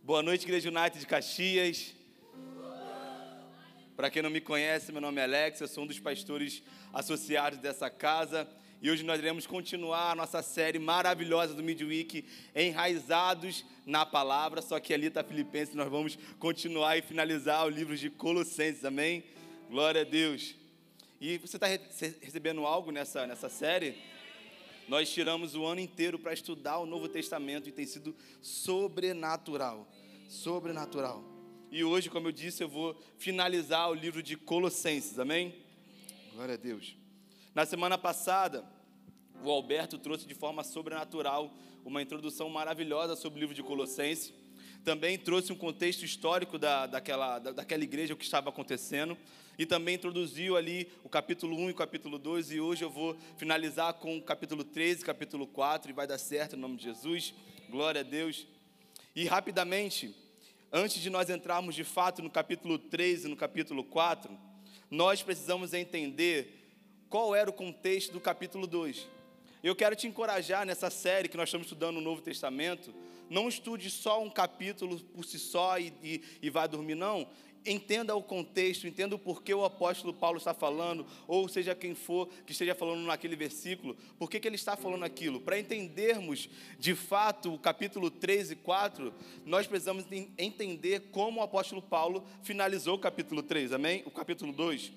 Boa noite, Igreja United de Caxias. Para quem não me conhece, meu nome é Alex, eu sou um dos pastores associados dessa casa. E hoje nós iremos continuar a nossa série maravilhosa do Midweek, Enraizados na Palavra. Só que ali está Filipenses, nós vamos continuar e finalizar o livro de Colossenses, amém? Glória a Deus. E você está recebendo algo nessa série? Nós tiramos o ano inteiro para estudar o Novo Testamento e tem sido sobrenatural. Sobrenatural. E hoje, como eu disse, eu vou finalizar o livro de Colossenses, amém? Glória a Deus. Na semana passada, o Alberto trouxe de forma sobrenatural uma introdução maravilhosa sobre o livro de Colossenses. Também trouxe um contexto histórico daquela igreja, o que estava acontecendo. E também introduziu ali o capítulo 1 e o capítulo 2. E hoje eu vou finalizar com o capítulo 13 e capítulo 4. E vai dar certo em nome de Jesus. Glória a Deus. E rapidamente, antes de nós entrarmos de fato no capítulo 3 e no capítulo 4, nós precisamos entender qual era o contexto do capítulo 2. Eu quero te encorajar nessa série que nós estamos estudando no Novo Testamento. Não estude só um capítulo por si só e vá dormir, não. Entenda o contexto, entenda o porquê o apóstolo Paulo está falando, ou seja, quem for que esteja falando naquele versículo, por que ele está falando aquilo. Para entendermos, de fato, o capítulo 3 e 4, nós precisamos entender como o apóstolo Paulo finalizou o capítulo 3, amém? O capítulo 2.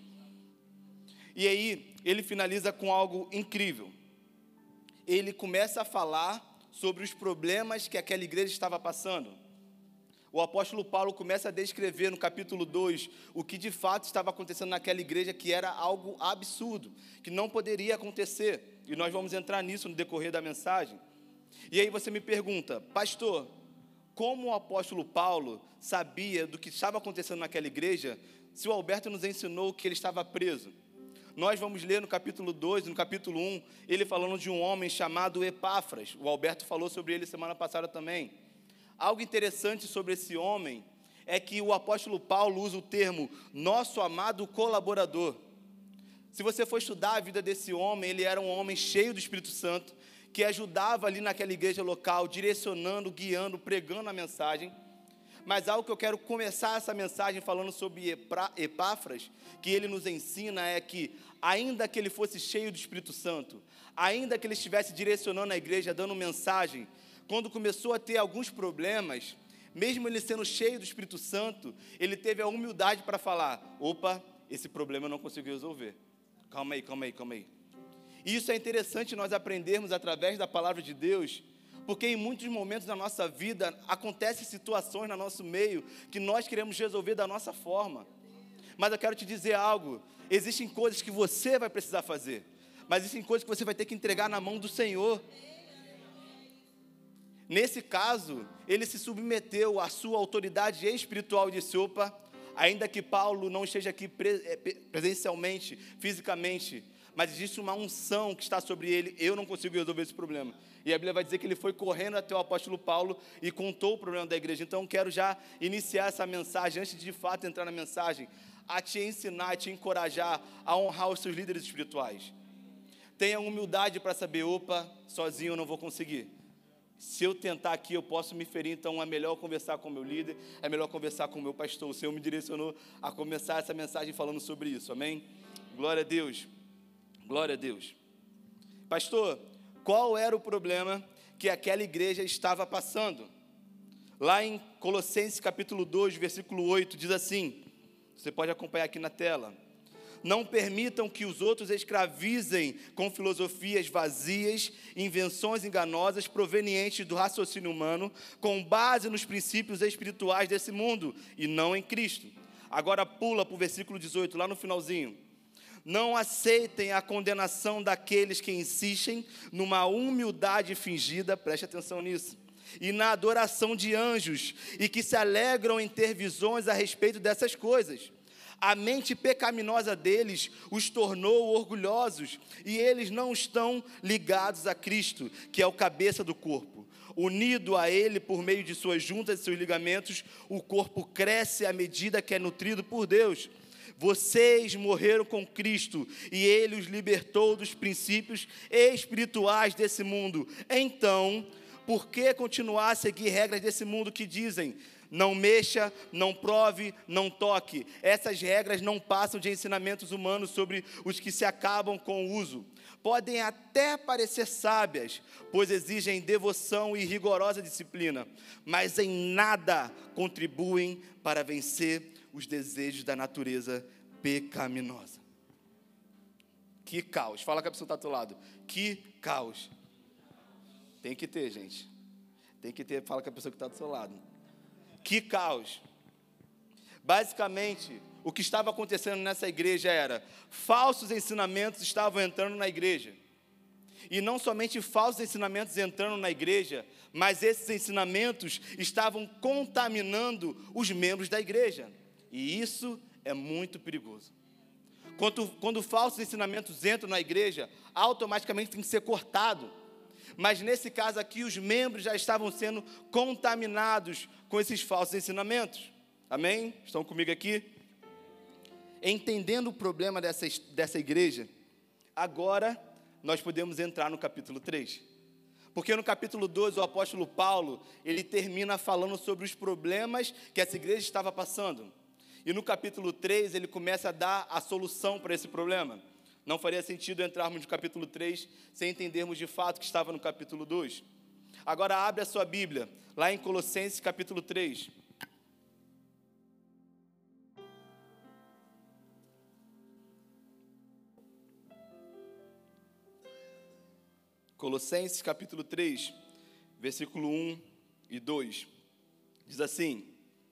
E aí, ele finaliza com algo incrível. Ele começa a falar sobre os problemas que aquela igreja estava passando. O apóstolo Paulo começa a descrever no capítulo 2 o que de fato estava acontecendo naquela igreja, que era algo absurdo, que não poderia acontecer. E nós vamos entrar nisso no decorrer da mensagem. E aí você me pergunta, pastor, como o apóstolo Paulo sabia do que estava acontecendo naquela igreja, se o Alberto nos ensinou que ele estava preso? Nós vamos ler no capítulo 2, no capítulo 1, ele falando de um homem chamado Epáfras. O Alberto falou sobre ele semana passada também. Algo interessante sobre esse homem é que o apóstolo Paulo usa o termo nosso amado colaborador. Se você for estudar a vida desse homem, ele era um homem cheio do Espírito Santo, que ajudava ali naquela igreja local, direcionando, guiando, pregando a mensagem. Mas algo que eu quero começar essa mensagem falando sobre Epáfras, que ele nos ensina é que, ainda que ele fosse cheio do Espírito Santo, ainda que ele estivesse direcionando a igreja, dando mensagem, quando começou a ter alguns problemas, mesmo ele sendo cheio do Espírito Santo, ele teve a humildade para falar, opa, esse problema eu não consigo resolver. Calma aí. E isso é interessante nós aprendermos através da palavra de Deus, porque em muitos momentos da nossa vida, acontecem situações no nosso meio que nós queremos resolver da nossa forma. Mas eu quero te dizer algo, existem coisas que você vai precisar fazer, mas existem coisas que você vai ter que entregar na mão do Senhor. Nesse caso, ele se submeteu à sua autoridade espiritual e disse, opa, ainda que Paulo não esteja aqui presencialmente, fisicamente, mas existe uma unção que está sobre ele, eu não consigo resolver esse problema. E a Bíblia vai dizer que ele foi correndo até o apóstolo Paulo e contou o problema da igreja. Então, quero já iniciar essa mensagem, antes de fato entrar na mensagem, a te ensinar, a te encorajar a honrar os seus líderes espirituais. Tenha humildade para saber, opa, sozinho eu não vou conseguir. Se eu tentar aqui, eu posso me ferir, então é melhor conversar com o meu líder, é melhor conversar com o meu pastor. O Senhor me direcionou a começar essa mensagem falando sobre isso, amém? Glória a Deus, glória a Deus. Pastor, qual era o problema que aquela igreja estava passando? Lá em Colossenses capítulo 2, versículo 8, diz assim, você pode acompanhar aqui na tela. Não permitam que os outros escravizem com filosofias vazias, invenções enganosas provenientes do raciocínio humano, com base nos princípios espirituais desse mundo e não em Cristo. Agora pula para o versículo 18, lá no finalzinho. Não aceitem a condenação daqueles que insistem numa humildade fingida, preste atenção nisso, e na adoração de anjos, e que se alegram em ter visões a respeito dessas coisas. A mente pecaminosa deles os tornou orgulhosos, e eles não estão ligados a Cristo, que é o cabeça do corpo. Unido a Ele por meio de suas juntas e seus ligamentos, o corpo cresce à medida que é nutrido por Deus. Vocês morreram com Cristo, e Ele os libertou dos princípios espirituais desse mundo. Então, Por que continuar a seguir regras desse mundo que dizem: não mexa, não prove, não toque? Essas regras não passam de ensinamentos humanos sobre os que se acabam com o uso. Podem até parecer sábias, pois exigem devoção e rigorosa disciplina, mas em nada contribuem para vencer os desejos da natureza pecaminosa. Que caos. Fala com a pessoa que está do teu lado. Que caos. Tem que ter, gente. Tem que ter. Fala com a pessoa que está do seu lado. Que caos. Basicamente, o que estava acontecendo nessa igreja era: falsos ensinamentos estavam entrando na igreja. E não somente falsos ensinamentos entrando na igreja, mas esses ensinamentos estavam contaminando os membros da igreja. E isso é muito perigoso. Quando falsos ensinamentos entram na igreja, automaticamente tem que ser cortado. Mas nesse caso aqui, os membros já estavam sendo contaminados com esses falsos ensinamentos. Amém? Estão comigo aqui? Entendendo o problema dessa igreja, agora nós podemos entrar no capítulo 3. Porque no capítulo 2, o apóstolo Paulo, ele termina falando sobre os problemas que essa igreja estava passando. E no capítulo 3, ele começa a dar a solução para esse problema. Não faria sentido entrarmos no capítulo 3 sem entendermos de fato o que estava no capítulo 2. Agora abre a sua Bíblia, lá em Colossenses capítulo 3. Colossenses capítulo 3, versículo 1 e 2. Diz assim: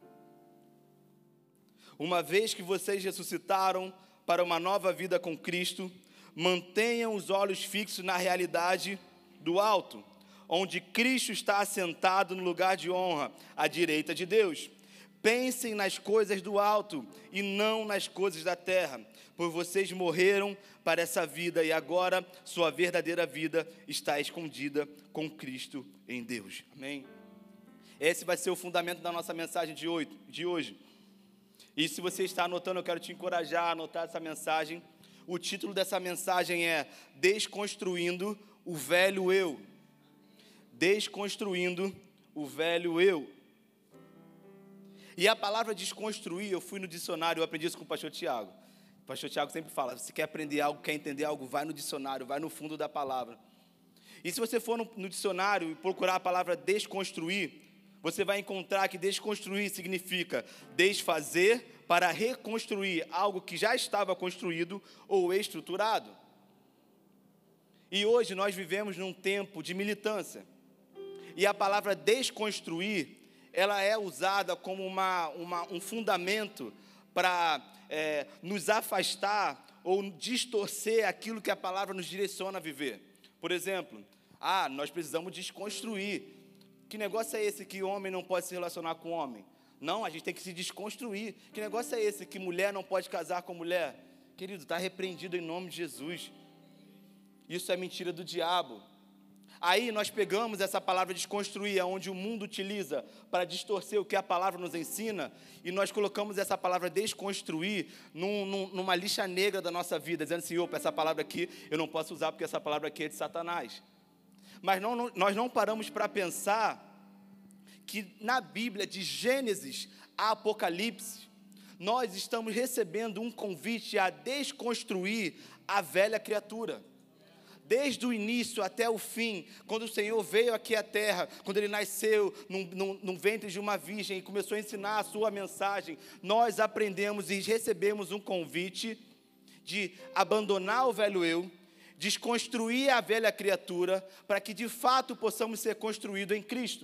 uma vez que vocês ressuscitaram para uma nova vida com Cristo, mantenham os olhos fixos na realidade do alto, onde Cristo está assentado no lugar de honra, à direita de Deus. Pensem nas coisas do alto e não nas coisas da terra, pois vocês morreram para essa vida e agora sua verdadeira vida está escondida com Cristo em Deus. Amém? Esse vai ser o fundamento da nossa mensagem de hoje. E se você está anotando, eu quero te encorajar a anotar essa mensagem. O título dessa mensagem é Desconstruindo o Velho Eu. Desconstruindo o Velho Eu. E a palavra desconstruir, eu fui no dicionário, eu aprendi isso com o pastor Tiago. O pastor Tiago sempre fala: se quer aprender algo, quer entender algo, vai no dicionário, vai no fundo da palavra. E se você for no dicionário e procurar a palavra desconstruir, você vai encontrar que desconstruir significa desfazer para reconstruir algo que já estava construído ou estruturado. E hoje nós vivemos num tempo de militância. E a palavra desconstruir, ela é usada como um fundamento para nos afastar ou distorcer aquilo que a palavra nos direciona a viver. Por exemplo, nós precisamos desconstruir. Que negócio é esse que homem não pode se relacionar com homem? Não, a gente tem que se desconstruir. Que negócio é esse que mulher não pode casar com mulher? Querido, está repreendido em nome de Jesus. Isso é mentira do diabo. Aí nós pegamos essa palavra desconstruir, onde o mundo utiliza para distorcer o que a palavra nos ensina, e nós colocamos essa palavra desconstruir numa lixa negra da nossa vida, dizendo assim: opa, essa palavra aqui eu não posso usar porque essa palavra aqui é de Satanás. Mas nós não paramos para pensar que na Bíblia, de Gênesis a Apocalipse, nós estamos recebendo um convite a desconstruir a velha criatura. Desde o início até o fim, quando o Senhor veio aqui à terra, quando Ele nasceu num ventre de uma virgem e começou a ensinar a sua mensagem, nós aprendemos e recebemos um convite de abandonar o velho eu, desconstruir a velha criatura, para que de fato possamos ser construídos em Cristo.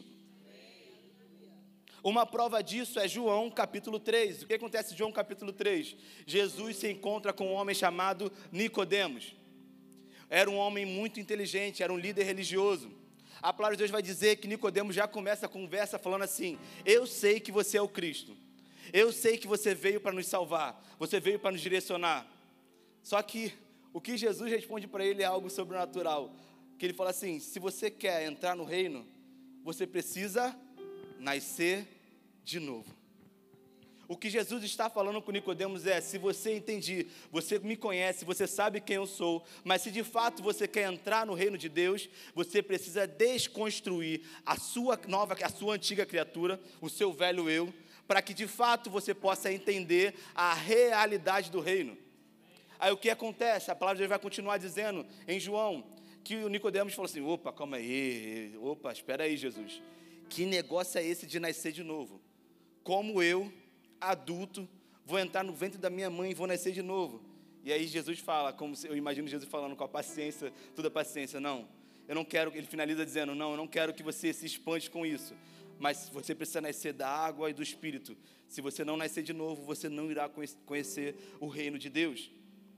Uma prova disso é João capítulo 3. O que acontece em João capítulo 3? Jesus se encontra com um homem chamado Nicodemos. Era um homem muito inteligente, era um líder religioso. A palavra de Deus vai dizer que Nicodemos já começa a conversa falando assim: eu sei que você é o Cristo. Eu sei que você veio para nos salvar. Você veio para nos direcionar. Só que o que Jesus responde para ele é algo sobrenatural. Que ele fala assim: se você quer entrar no reino, você precisa nascer de novo. O que Jesus está falando com Nicodemos é: se você entende, você me conhece, você sabe quem eu sou, mas se de fato você quer entrar no reino de Deus, você precisa desconstruir a sua antiga criatura, o seu velho eu, para que de fato você possa entender a realidade do reino. Aí o que acontece? A palavra de Deus vai continuar dizendo em João, que o Nicodemos falou assim: opa, calma aí, espera aí, Jesus, que negócio é esse de nascer de novo? Como eu, adulto, vou entrar no ventre da minha mãe e vou nascer de novo? E aí Jesus fala, eu imagino Jesus falando com a paciência, toda a paciência: não, eu não quero, ele finaliza dizendo: não, eu não quero que você se espante com isso, mas você precisa nascer da água e do Espírito. Se você não nascer de novo, você não irá conhecer o reino de Deus.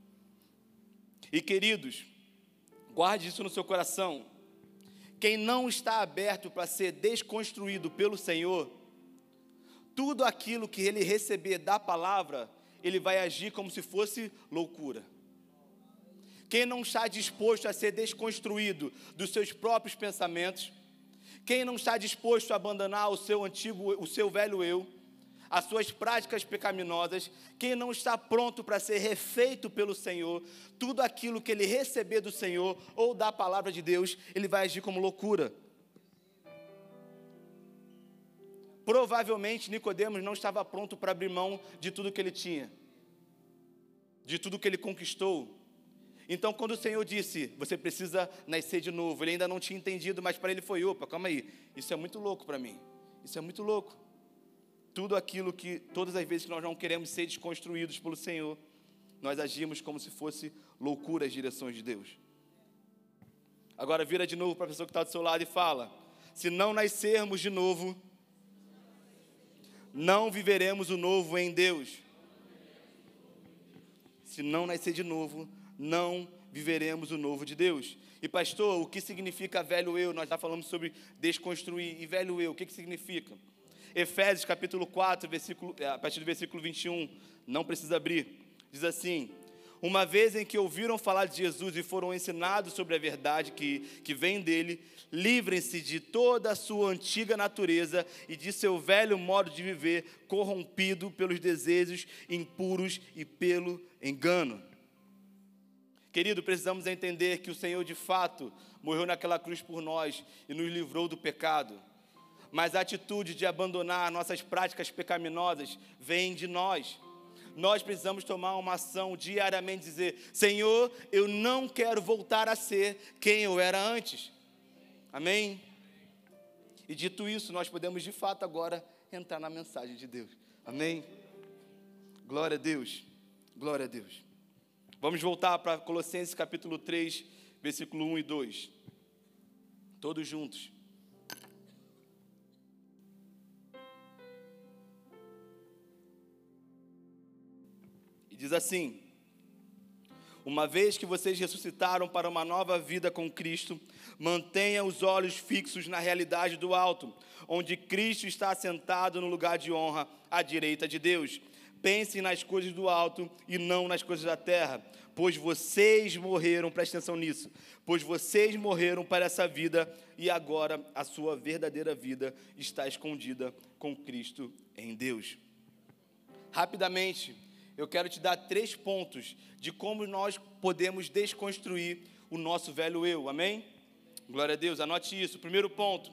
E queridos, guarde isso no seu coração: quem não está aberto para ser desconstruído pelo Senhor, tudo aquilo que ele receber da palavra, ele vai agir como se fosse loucura. Quem não está disposto a ser desconstruído dos seus próprios pensamentos, quem não está disposto a abandonar o seu velho eu, as suas práticas pecaminosas, quem não está pronto para ser refeito pelo Senhor, tudo aquilo que ele receber do Senhor ou da palavra de Deus, ele vai agir como loucura. Provavelmente Nicodemos não estava pronto para abrir mão de tudo que ele tinha, de tudo que ele conquistou. Então, quando o Senhor disse: você precisa nascer de novo, ele ainda não tinha entendido, mas para ele foi: opa, calma aí, isso é muito louco para mim, isso é muito louco. Tudo aquilo que, todas as vezes que nós não queremos ser desconstruídos pelo Senhor, nós agimos como se fosse loucura as direções de Deus. Agora vira de novo para a pessoa que está do seu lado e fala: se não nascermos de novo, não viveremos o novo em Deus. Se não nascer de novo, não viveremos o novo de Deus. E pastor, o que significa velho eu? Nós já falamos sobre desconstruir. E velho eu, o que significa? Efésios capítulo 4, a partir do versículo 21, não precisa abrir, diz assim: uma vez em que ouviram falar de Jesus e foram ensinados sobre a verdade que vem dele, livrem-se de toda a sua antiga natureza e de seu velho modo de viver, corrompido pelos desejos impuros e pelo engano. Querido, precisamos entender que o Senhor de fato morreu naquela cruz por nós e nos livrou do pecado. Mas a atitude de abandonar nossas práticas pecaminosas vem de nós. Nós precisamos tomar uma ação diariamente, dizer: Senhor, eu não quero voltar a ser quem eu era antes. Amém? E dito isso, nós podemos de fato agora entrar na mensagem de Deus. Amém? Glória a Deus. Glória a Deus. Vamos voltar para Colossenses capítulo 3, versículo 1 e 2. Todos juntos. Diz assim: uma vez que vocês ressuscitaram para uma nova vida com Cristo, mantenha os olhos fixos na realidade do alto, onde Cristo está assentado no lugar de honra, à direita de Deus. Pensem nas coisas do alto e não nas coisas da terra, pois vocês morreram, presta atenção nisso, pois vocês morreram para essa vida e agora a sua verdadeira vida está escondida com Cristo em Deus. Rapidamente, eu quero te dar 3 pontos de como nós podemos desconstruir o nosso velho eu, amém? Glória a Deus, anote isso. O primeiro ponto: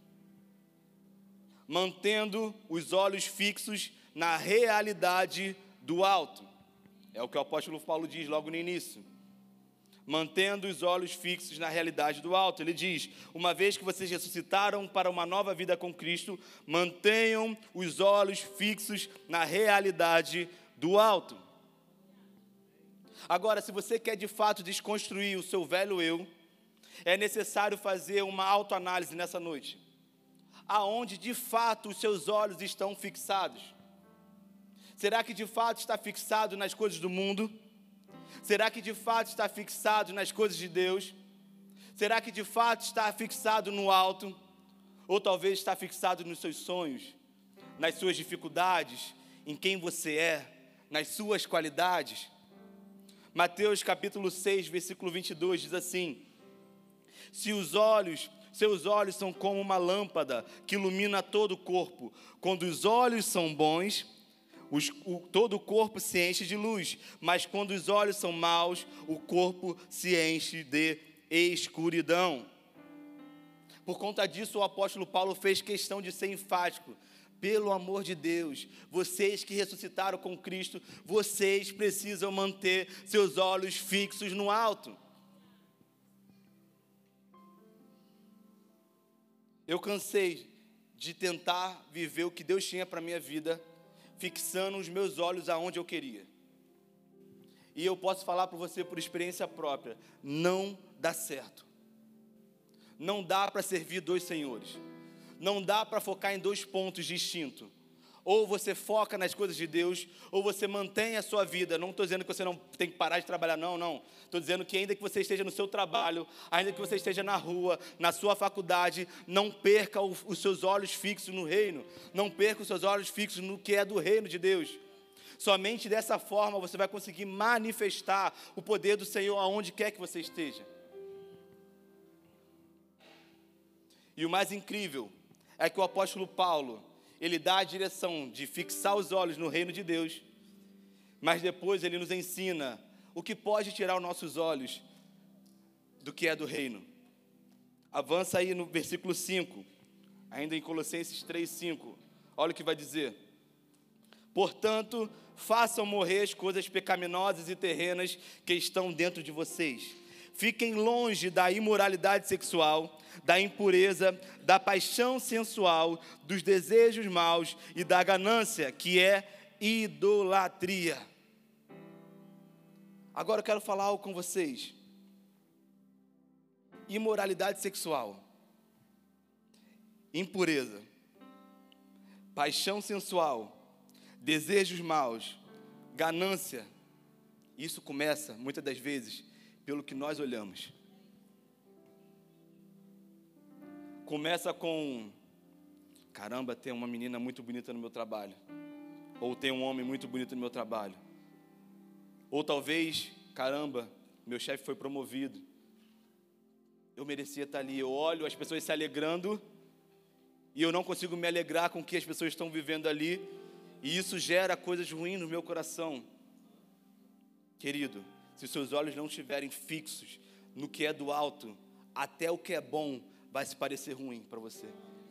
mantendo os olhos fixos na realidade do alto. É o que o apóstolo Paulo diz logo no início. Mantendo os olhos fixos na realidade do alto. Ele diz: uma vez que vocês ressuscitaram para uma nova vida com Cristo, mantenham os olhos fixos na realidade do alto. Agora, se você quer de fato desconstruir o seu velho eu, é necessário fazer uma autoanálise nessa noite. Aonde de fato os seus olhos estão fixados? Será que de fato está fixado nas coisas do mundo? Será que de fato está fixado nas coisas de Deus? Será que de fato está fixado no alto? Ou talvez está fixado nos seus sonhos, nas suas dificuldades, em quem você é, nas suas qualidades? Mateus capítulo 6, versículo 22 diz assim: seus olhos são como uma lâmpada que ilumina todo o corpo. Quando os olhos são bons, todo o corpo se enche de luz, mas quando os olhos são maus, o corpo se enche de escuridão. Por conta disso, o apóstolo Paulo fez questão de ser enfático. Pelo amor de Deus, vocês que ressuscitaram com Cristo, vocês precisam manter seus olhos fixos no alto. Eu cansei de tentar viver o que Deus tinha para a minha vida, fixando os meus olhos aonde eu queria. E eu posso falar para você por experiência própria, não dá certo. Não dá para servir dois senhores. Não dá para focar em dois pontos distintos. Ou você foca nas coisas de Deus, ou você mantém a sua vida. Não estou dizendo que você não tem que parar de trabalhar, não. Estou dizendo que ainda que você esteja no seu trabalho, ainda que você esteja na rua, na sua faculdade, não perca os seus olhos fixos no reino. Não perca os seus olhos fixos no que é do reino de Deus. Somente dessa forma você vai conseguir manifestar o poder do Senhor aonde quer que você esteja. E o mais incrível é que o apóstolo Paulo, ele dá a direção de fixar os olhos no reino de Deus, mas depois ele nos ensina o que pode tirar os nossos olhos do que é do reino. Avança aí no versículo 5, ainda em Colossenses 3:5, olha o que vai dizer. Portanto, façam morrer as coisas pecaminosas e terrenas que estão dentro de vocês. Fiquem longe da imoralidade sexual, da impureza, da paixão sensual, dos desejos maus e da ganância, que é idolatria. Agora eu quero falar algo com vocês. Imoralidade sexual, impureza, paixão sensual, desejos maus, ganância. Isso começa, muitas das vezes, pelo que nós olhamos. Começa com, caramba, tem uma menina muito bonita no meu trabalho. Ou tem um homem muito bonito no meu trabalho. Ou talvez, caramba, meu chefe foi promovido. Eu merecia estar ali. Eu olho as pessoas se alegrando e eu não consigo me alegrar com o que as pessoas estão vivendo ali. E isso gera coisas ruins no meu coração. Querido, se os seus olhos não estiverem fixos no que é do alto, até o que é bom vai se parecer ruim para você.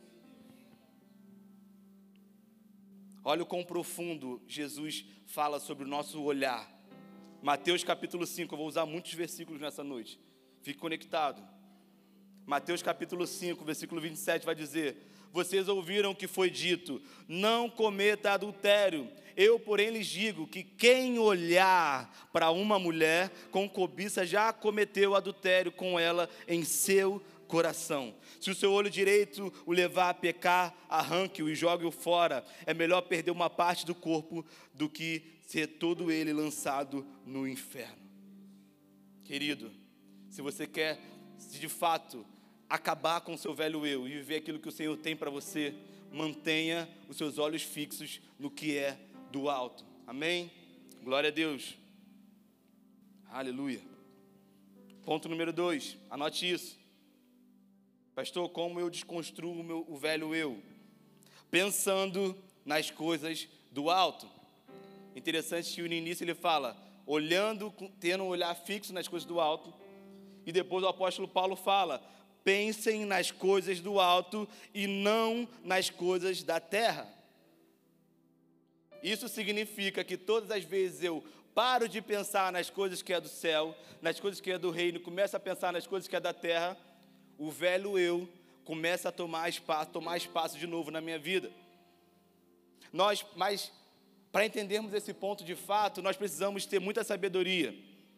Olha o quão profundo Jesus fala sobre o nosso olhar. Mateus capítulo 5, eu vou usar muitos versículos nessa noite. Fique conectado. Mateus capítulo 5, versículo 27 vai dizer: vocês ouviram o que foi dito, não cometa adultério. Eu, porém, lhes digo que quem olhar para uma mulher com cobiça já cometeu adultério com ela em seu coração. Se o seu olho direito o levar a pecar, arranque-o e jogue-o fora. É melhor perder uma parte do corpo do que ser todo ele lançado no inferno. Querido, se você quer, de fato, acabar com o seu velho eu e viver aquilo que o Senhor tem para você, mantenha os seus olhos fixos no que é do alto. Amém? Glória a Deus. Aleluia. Ponto número 2, anote isso. Pastor, como eu desconstruo o velho eu? Pensando nas coisas do alto. Interessante que no início ele fala, olhando, tendo um olhar fixo nas coisas do alto. E depois o apóstolo Paulo fala, pensem nas coisas do alto e não nas coisas da terra. Isso significa que todas as vezes eu paro de pensar nas coisas que é do céu, nas coisas que é do reino, começo a pensar nas coisas que é da terra, o velho eu começa a tomar espaço de novo na minha vida. Mas para entendermos esse ponto de fato, nós precisamos ter muita sabedoria.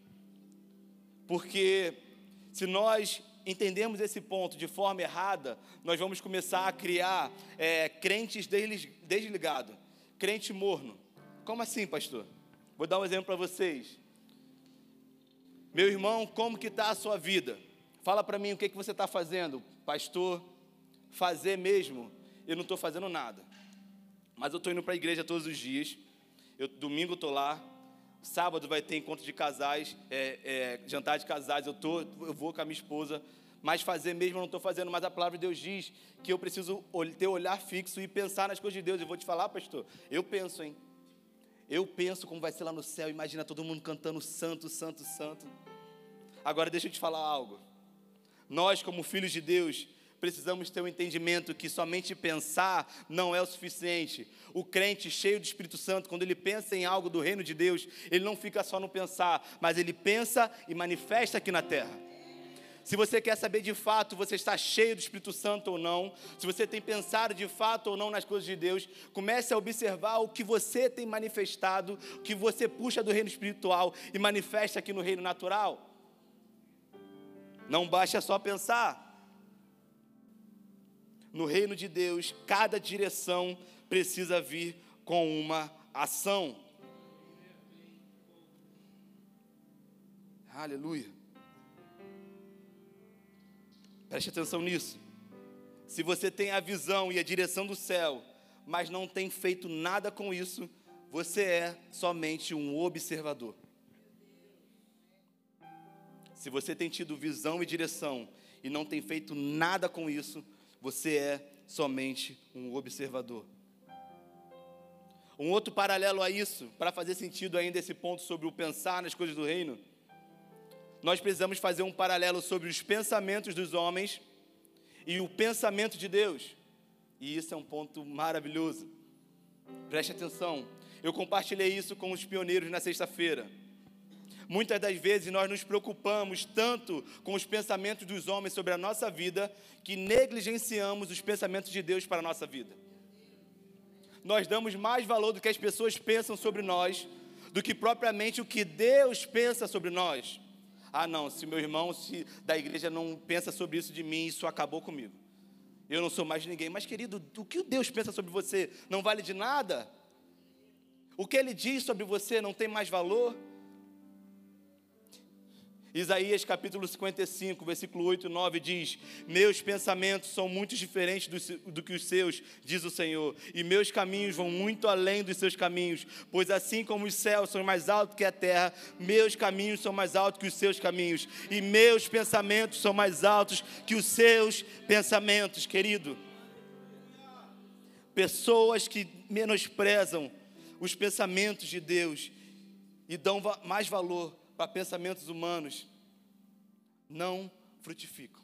Porque se nós entendermos esse ponto de forma errada, nós vamos começar a criar crentes desligados, crente morno. Como assim, pastor? Vou dar um exemplo para vocês. Meu irmão, como que está a sua vida? Fala para mim o que você está fazendo. Pastor, fazer mesmo, eu não estou fazendo nada. Mas eu estou indo para a igreja todos os dias. Domingo eu estou lá. Sábado vai ter encontro de casais, jantar de casais. Eu vou com a minha esposa. Mas fazer mesmo eu não estou fazendo. Mas a palavra de Deus diz que eu preciso ter olhar fixo e pensar nas coisas de Deus. Eu vou te falar, pastor, eu penso, hein? Eu penso como vai ser lá no céu, imagina todo mundo cantando santo, santo, santo. Agora deixa eu te falar algo. Nós, como filhos de Deus, precisamos ter um entendimento que somente pensar não é o suficiente. O crente cheio do Espírito Santo, quando ele pensa em algo do reino de Deus, ele não fica só no pensar, mas ele pensa e manifesta aqui na terra. Se você quer saber de fato, você está cheio do Espírito Santo ou não, se você tem pensado de fato ou não nas coisas de Deus, comece a observar o que você tem manifestado, o que você puxa do reino espiritual e manifesta aqui no reino natural. Não basta só pensar. No reino de Deus, cada direção precisa vir com uma ação. Aleluia. Preste atenção nisso. Se você tem a visão e a direção do céu, mas não tem feito nada com isso, você é somente um observador. Se você tem tido visão e direção e não tem feito nada com isso, você é somente um observador. Um outro paralelo a isso, para fazer sentido ainda esse ponto sobre o pensar nas coisas do reino, nós precisamos fazer um paralelo sobre os pensamentos dos homens e o pensamento de Deus. E isso é um ponto maravilhoso. Preste atenção. Eu compartilhei isso com os pioneiros na sexta-feira. Muitas das vezes nós nos preocupamos tanto com os pensamentos dos homens sobre a nossa vida, que negligenciamos os pensamentos de Deus para a nossa vida. Nós damos mais valor do que as pessoas pensam sobre nós, do que propriamente o que Deus pensa sobre nós. Ah não, se meu irmão da igreja não pensa sobre isso de mim, isso acabou comigo. Eu não sou mais ninguém. Mas querido, o que Deus pensa sobre você não vale de nada? O que Ele diz sobre você não tem mais valor? Isaías capítulo 55, versículo 8 e 9 diz: meus pensamentos são muito diferentes do que os seus, diz o Senhor, e meus caminhos vão muito além dos seus caminhos, pois assim como os céus são mais altos que a terra, meus caminhos são mais altos que os seus caminhos, e meus pensamentos são mais altos que os seus pensamentos. Querido, pessoas que menosprezam os pensamentos de Deus e dão mais valor para pensamentos humanos, não frutificam.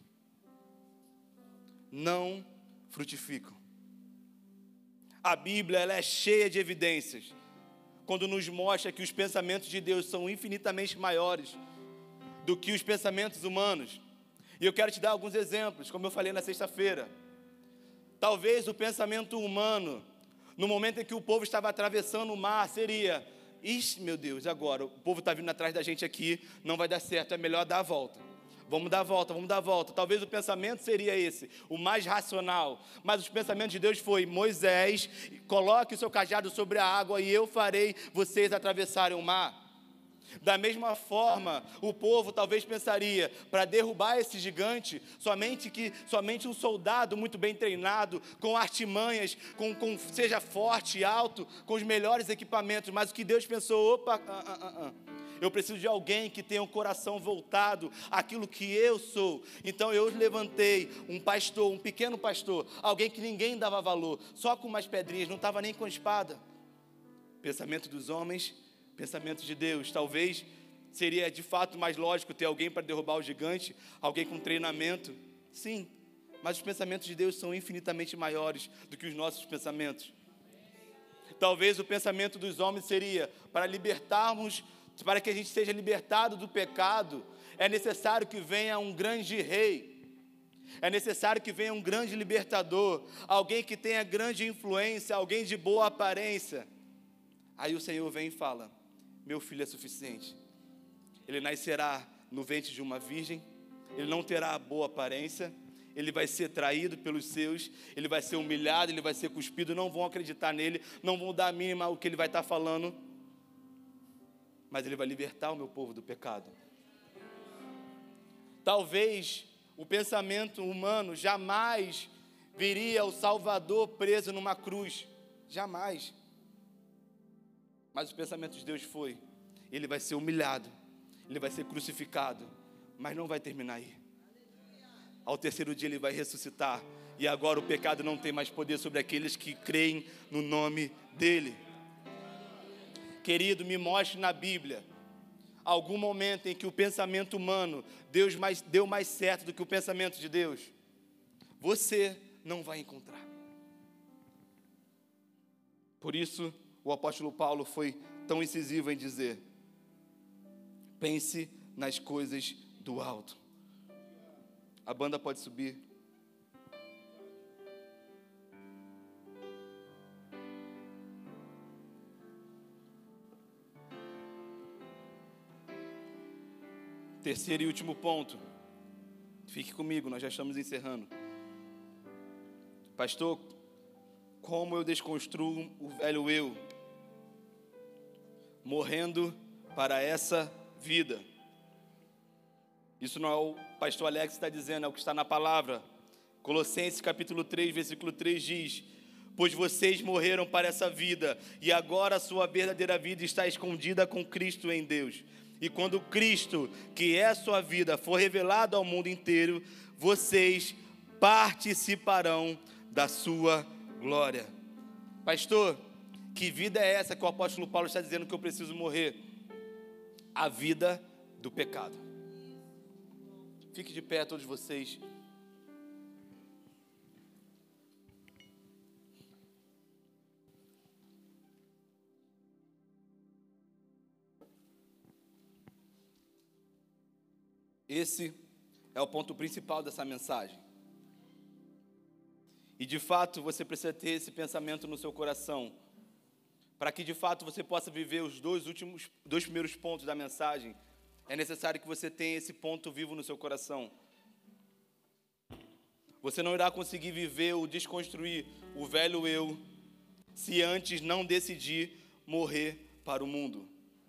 Não frutificam. A Bíblia, ela é cheia de evidências, quando nos mostra que os pensamentos de Deus são infinitamente maiores do que os pensamentos humanos. E eu quero te dar alguns exemplos, como eu falei na sexta-feira. Talvez o pensamento humano, no momento em que o povo estava atravessando o mar, seria: ixi, meu Deus, agora o povo está vindo atrás da gente aqui, não vai dar certo, é melhor dar a volta. Vamos dar a volta, vamos dar a volta. Talvez o pensamento seria esse, o mais racional. Mas os pensamentos de Deus foi: Moisés, coloque o seu cajado sobre a água e eu farei vocês atravessarem o mar. Da mesma forma, o povo talvez pensaria: para derrubar esse gigante, somente um soldado muito bem treinado, com artimanhas, seja forte e alto, com os melhores equipamentos. Mas o que Deus pensou: opa, eu preciso de alguém que tenha um coração voltado àquilo que eu sou. Então eu levantei um pastor, um pequeno pastor, alguém que ninguém dava valor, só com umas pedrinhas, não estava nem com espada. Pensamento dos homens, pensamento de Deus. Talvez seria de fato mais lógico ter alguém para derrubar o gigante, alguém com treinamento. Sim, mas os pensamentos de Deus são infinitamente maiores do que os nossos pensamentos. Talvez o pensamento dos homens seria: para que a gente seja libertado do pecado, é necessário que venha um grande rei. É necessário que venha um grande libertador, alguém que tenha grande influência, alguém de boa aparência. Aí o Senhor vem e fala: meu filho é suficiente. Ele nascerá no ventre de uma virgem, ele não terá boa aparência, ele vai ser traído pelos seus, ele vai ser humilhado, ele vai ser cuspido, não vão acreditar nele, não vão dar a mínima ao que ele vai estar falando, mas ele vai libertar o meu povo do pecado. Talvez o pensamento humano jamais viria o Salvador preso numa cruz, jamais. Mas o pensamento de Deus foi: ele vai ser humilhado, ele vai ser crucificado, mas não vai terminar aí. Ao terceiro dia ele vai ressuscitar, e agora o pecado não tem mais poder sobre aqueles que creem no nome dele. Querido, me mostre na Bíblia algum momento em que o pensamento humano deu mais certo do que o pensamento de Deus. Você não vai encontrar. Por isso, o apóstolo Paulo foi tão incisivo em dizer: pense nas coisas do alto. A banda pode subir. Terceiro e último ponto. Fique comigo, nós já estamos encerrando. Pastor, como eu desconstruo o velho eu, morrendo para essa vida? Isso não é o pastor Alex que está dizendo, é o que está na palavra. Colossenses capítulo 3, versículo 3 diz: pois vocês morreram para essa vida, e agora a sua verdadeira vida está escondida com Cristo em Deus. E quando Cristo, que é a sua vida, for revelado ao mundo inteiro, vocês participarão da sua glória. Pastor, que vida é essa que o apóstolo Paulo está dizendo que eu preciso morrer? A vida do pecado. Fique de pé todos vocês. Esse é o ponto principal dessa mensagem. E de fato você precisa ter esse pensamento no seu coração, para que de fato você possa viver os dois primeiros pontos da mensagem. É necessário que você tenha esse ponto vivo no seu coração. Você não irá conseguir viver ou desconstruir o velho eu se antes não decidir morrer para o mundo.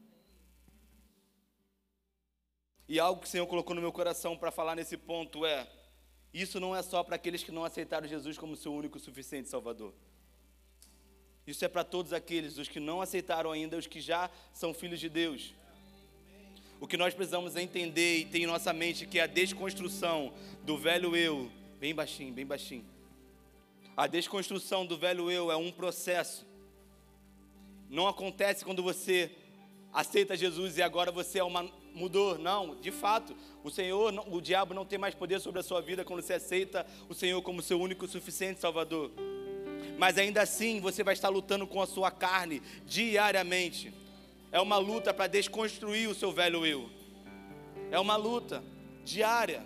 E algo que o Senhor colocou no meu coração para falar nesse ponto é: isso não é só para aqueles que não aceitaram Jesus como seu único e suficiente Salvador. Isso é para todos aqueles, os que não aceitaram ainda, os que já são filhos de Deus. O que nós precisamos entender e ter em nossa mente que a desconstrução do velho eu, bem baixinho, bem baixinho. A desconstrução do velho eu é um processo. Não acontece quando você aceita Jesus e agora você mudou. Não, de fato, o diabo não tem mais poder sobre a sua vida quando você aceita o Senhor como seu único e suficiente Salvador. Mas ainda assim, você vai estar lutando com a sua carne diariamente. É uma luta para desconstruir o seu velho eu. É uma luta diária.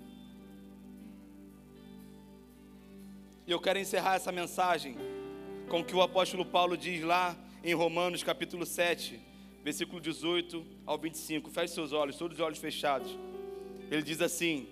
E eu quero encerrar essa mensagem com o que o apóstolo Paulo diz lá em Romanos capítulo 7, versículo 18 ao 25. Feche seus olhos, todos os olhos fechados. Ele diz assim: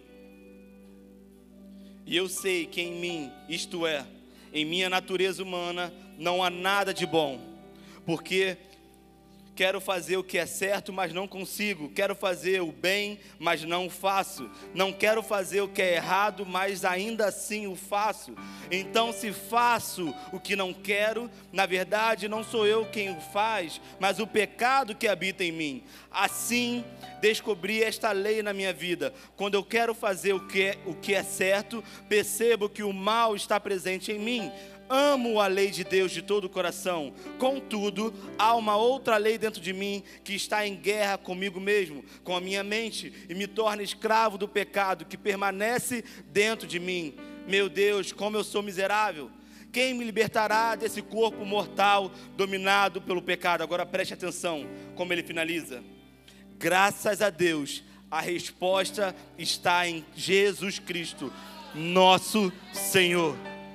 e eu sei que em mim, isto é, em minha natureza humana, não há nada de bom, porque quero fazer o que é certo, mas não consigo. Quero fazer o bem, mas não o faço. Não quero fazer o que é errado, mas ainda assim o faço. Então, se faço o que não quero, na verdade não sou eu quem o faz, mas o pecado que habita em mim. Assim, descobri esta lei na minha vida. Quando eu quero fazer o que é certo, percebo que o mal está presente em mim. Amo a lei de Deus de todo o coração. Contudo, há uma outra lei dentro de mim que está em guerra comigo mesmo, com a minha mente, e me torna escravo do pecado que permanece dentro de mim. Meu Deus, como eu sou miserável! Quem me libertará desse corpo mortal dominado pelo pecado? Agora preste atenção como ele finaliza. Graças a Deus, a resposta está em Jesus Cristo, nosso Senhor.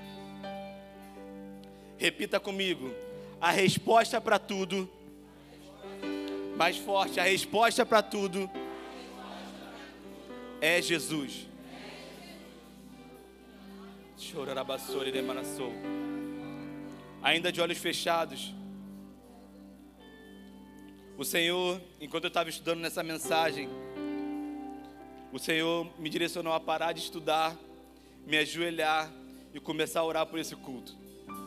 Repita comigo: a resposta para tudo, mais forte, a resposta para tudo é Jesus. Ainda de olhos fechados, o Senhor, enquanto eu estava estudando nessa mensagem, o Senhor me direcionou a parar de estudar, me ajoelhar e começar a orar por esse culto.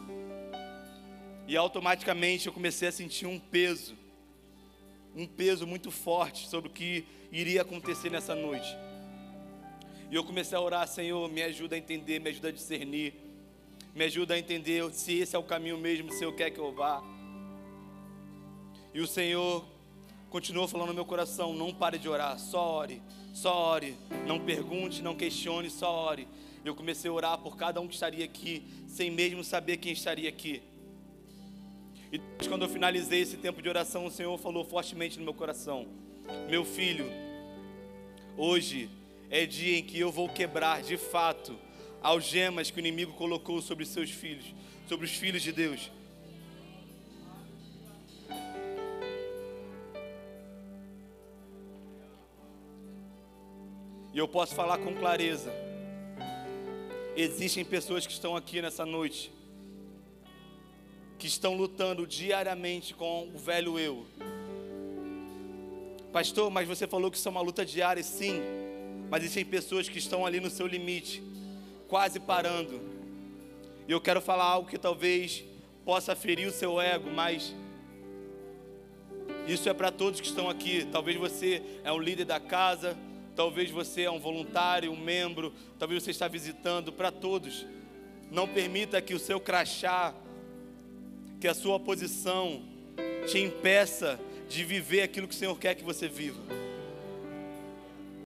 E automaticamente eu comecei a sentir um peso muito forte sobre o que iria acontecer nessa noite. E eu comecei a orar: Senhor, me ajuda a entender, me ajuda a discernir, me ajuda a entender se esse é o caminho mesmo, se eu quero que eu vá. E o Senhor continuou falando no meu coração: não pare de orar, só ore, não pergunte, não questione, só ore. Eu comecei a orar por cada um que estaria aqui, sem mesmo saber quem estaria aqui. E quando eu finalizei esse tempo de oração, o Senhor falou fortemente no meu coração: meu filho, hoje é dia em que eu vou quebrar de fato algemas que o inimigo colocou sobre seus filhos, sobre os filhos de Deus. E eu posso falar com clareza: existem pessoas que estão aqui nessa noite, que estão lutando diariamente com o velho eu. Pastor, mas você falou que isso é uma luta diária. Sim, mas existem pessoas que estão ali no seu limite, quase parando. E eu quero falar algo que talvez possa ferir o seu ego, mas isso é para todos que estão aqui. Talvez você é um líder da casa, talvez você é um voluntário, um membro, talvez você está visitando. Para todos, não permita que o seu crachá, que a sua posição te impeça de viver aquilo que o Senhor quer que você viva.